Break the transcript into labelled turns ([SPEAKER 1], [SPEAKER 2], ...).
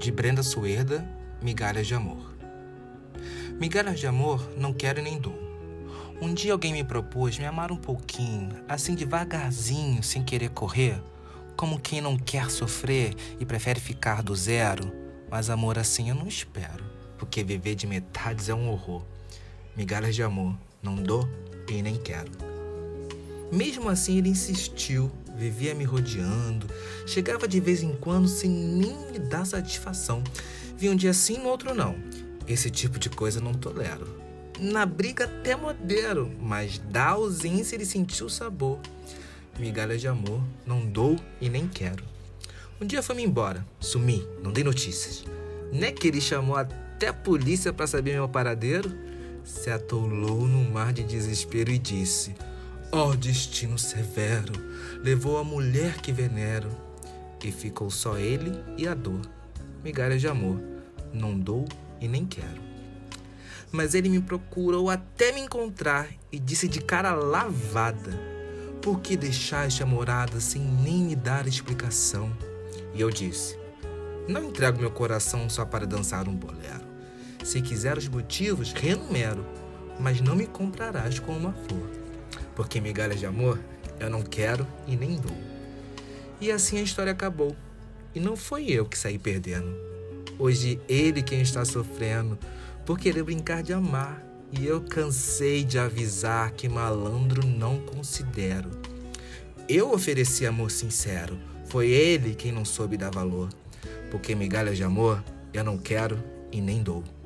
[SPEAKER 1] De Brenda Suerda, Migalhas de Amor. Migalhas de amor não quero e nem dou. Um dia alguém me propôs me amar um pouquinho, assim devagarzinho, sem querer correr, como quem não quer sofrer e prefere ficar do zero. Mas amor assim eu não espero, porque viver de metades é um horror. Migalhas de amor, não dou e nem quero. Mesmo assim ele insistiu, vivia me rodeando, chegava de vez em quando sem nem me dar satisfação. Vinha um dia sim, no outro não. Esse tipo de coisa não tolero. Na briga até modero, mas da ausência ele sentiu o sabor. Migalhas de amor, não dou e nem quero. Um dia foi-me embora, sumi, não dei notícias. Né que ele chamou até a polícia pra saber meu paradeiro? Se atolou num mar de desespero e disse: ó destino severo, levou a mulher que venero. E ficou só ele e a dor. Migalhas de amor, não dou e nem quero. Mas ele me procurou até me encontrar e disse de cara lavada: por que deixaste a morada sem nem me dar explicação? E eu disse: não entrego meu coração só para dançar um bolero. Se quiser os motivos, renumero, mas não me comprarás com uma flor. Porque migalhas de amor eu não quero e nem dou. E assim a história acabou. E não foi eu que saí perdendo. Hoje ele quem está sofrendo por querer brincar de amar. E eu cansei de avisar que malandro não considero. Eu ofereci amor sincero, foi ele quem não soube dar valor. Porque migalhas de amor eu não quero e nem dou.